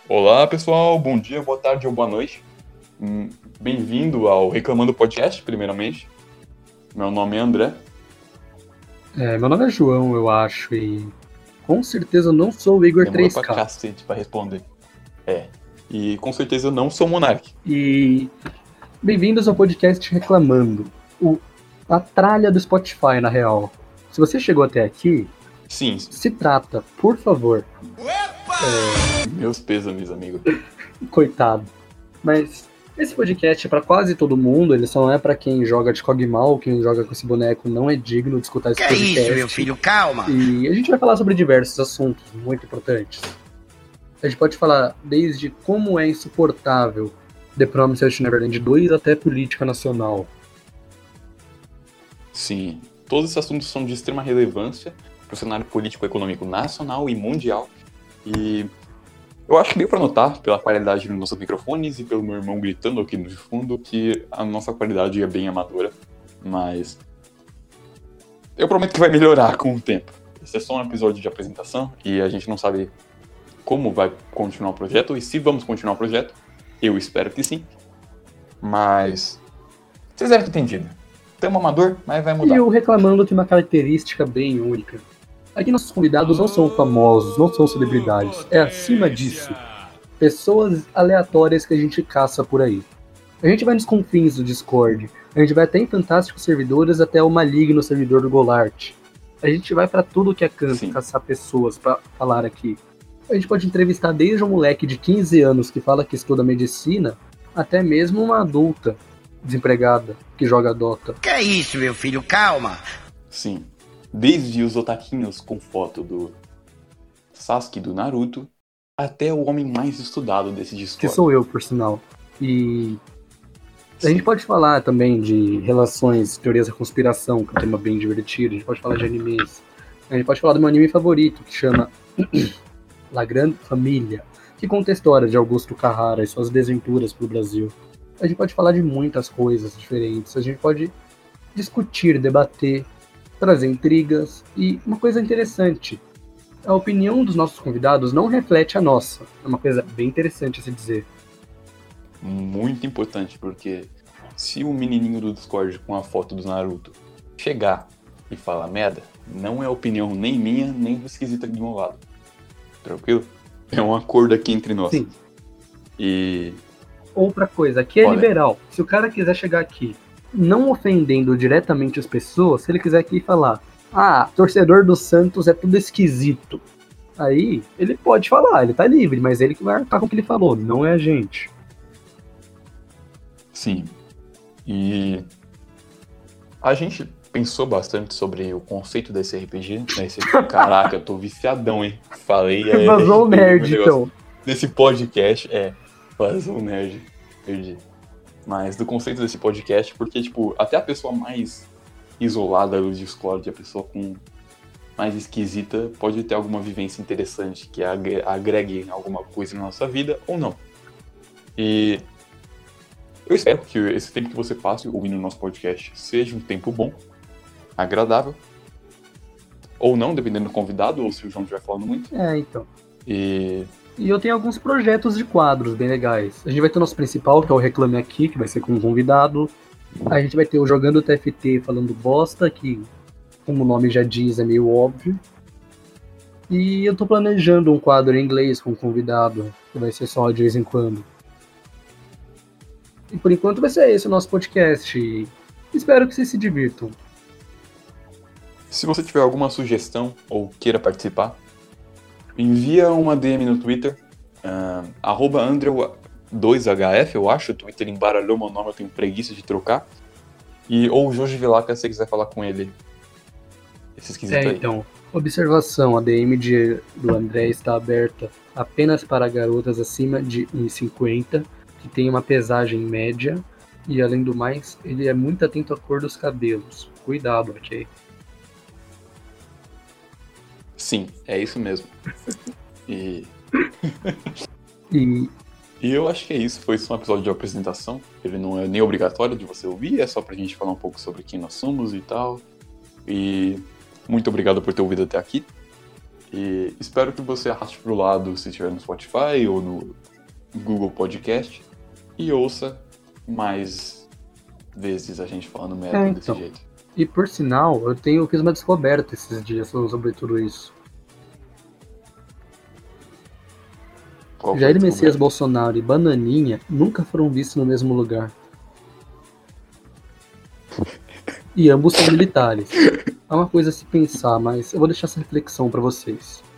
Olá, pessoal. Bom dia, boa tarde ou boa noite. Bem-vindo ao Reclamando Podcast, primeiramente. Meu nome é André. Meu nome é João, eu acho, e com certeza eu não sou o Igor Demorou pra 3K. cacete pra responder. E com certeza eu não sou Monark. E bem-vindos ao podcast Reclamando, a tralha do Spotify, na real. Se você chegou até aqui, Sim, se trata, por favor, meus pêsames, amigo. coitado. Mas esse podcast é pra quase todo mundo, ele só não é pra quem joga de Kog'Maw, quem joga com esse boneco não é digno de escutar esse Que podcast. isso, meu filho, calma. E a gente vai falar sobre diversos assuntos muito importantes. A gente pode falar desde como é insuportável The Promised Neverland 2 até política nacional. Sim, todos esses assuntos são de extrema relevância para o cenário político-econômico nacional e mundial. E eu acho que deu para notar, pela qualidade dos nossos microfones e pelo meu irmão gritando aqui no fundo, que a nossa qualidade é bem amadora. Mas eu prometo que vai melhorar com o tempo. Esse é só um episódio de apresentação e a gente não sabe como vai continuar o projeto e se vamos continuar o projeto. Eu espero que sim. Mas vocês devem ter entendido. Tamo amador, mas vai mudar. E o Reclamando tem uma característica bem única. Aqui nossos convidados não são famosos, não são celebridades. É acima disso. Pessoas aleatórias que a gente caça por aí. A gente vai nos confins do Discord. A gente vai até em fantásticos servidores, até o maligno servidor do Golart. A gente vai pra tudo que é canto Sim. caçar pessoas pra falar aqui. A gente pode entrevistar desde um moleque de 15 anos que fala que estuda medicina, até mesmo uma adulta desempregada que joga Dota. Que isso, meu filho, calma. Sim. Desde os otaquinhos com foto do Sasuke do Naruto, até o homem mais estudado desse Que Discord. sou eu, por sinal. E a gente pode falar também de relações, teorias da conspiração, que é um tema bem divertido. A gente pode falar de animes. A gente pode falar do meu anime favorito, que chama La Grande Família, que conta a história de Augusto Carrara e suas desventuras pro Brasil. A gente pode falar de muitas coisas diferentes. A gente pode discutir, debater, trazer intrigas. E uma coisa interessante, a opinião dos nossos convidados não reflete a nossa. É uma coisa bem interessante a se dizer. Muito importante, porque se o menininho do Discord com a foto do Naruto chegar e falar merda, não é opinião nem minha, nem do esquisito aqui do meu lado. Tranquilo? É um acordo aqui entre nós. Sim. E Outra coisa, aqui é Olha. liberal. Se o cara quiser chegar aqui, não ofendendo diretamente as pessoas, se ele quiser aqui falar, torcedor do Santos é tudo esquisito. Aí, ele pode falar, ele tá livre, mas ele que vai arcar com o que ele falou, não é a gente. sim. E a gente pensou bastante sobre o conceito desse RPG. Caraca, eu tô viciadão, hein? Falei. Vazou o nerd, então. Nesse podcast, vazou o nerd. Perdi. Mas do conceito desse podcast, porque, tipo, até a pessoa mais isolada do Discord, a pessoa mais esquisita, pode ter alguma vivência interessante que agregue alguma coisa na nossa vida ou não. E eu espero que esse tempo que você passe ouvindo o nosso podcast seja um tempo bom, agradável, ou não, dependendo do convidado, ou se o João estiver falando muito. Então. E E eu tenho alguns projetos de quadros bem legais. A gente vai ter o nosso principal, que é o Reclame Aqui, que vai ser com um convidado. A gente vai ter o Jogando TFT falando bosta, que, como o nome já diz, é meio óbvio. E eu tô planejando um quadro em inglês com um convidado, que vai ser só de vez em quando. E por enquanto vai ser esse o nosso podcast. E espero que vocês se divirtam. se você tiver alguma sugestão ou queira participar, envia uma DM no Twitter, @Andrew2HF, eu acho. O Twitter embaralhou meu nome, eu tenho preguiça de trocar. Ou o Jorge Vilaca, se você quiser falar com ele. Esse esquisito aí. Então, observação, a DM do André está aberta apenas para garotas acima de 1,50, que tem uma pesagem média, e além do mais, ele é muito atento à cor dos cabelos. Cuidado, ok? Sim, é isso mesmo. E E eu acho que é isso. Foi só um episódio de apresentação. Ele não é nem obrigatório de você ouvir, é só pra gente falar um pouco sobre quem nós somos e tal. E muito obrigado por ter ouvido até aqui. E espero que você arraste pro lado se estiver no Spotify ou no Google Podcast e ouça mais vezes a gente falando merda desse jeito. E por sinal, eu fiz uma descoberta esses dias sobre tudo isso. Qual foi Jair a Messias descoberta? Bolsonaro e Bananinha nunca foram vistos no mesmo lugar. E ambos são militares. É uma coisa a se pensar, mas eu vou deixar essa reflexão pra vocês.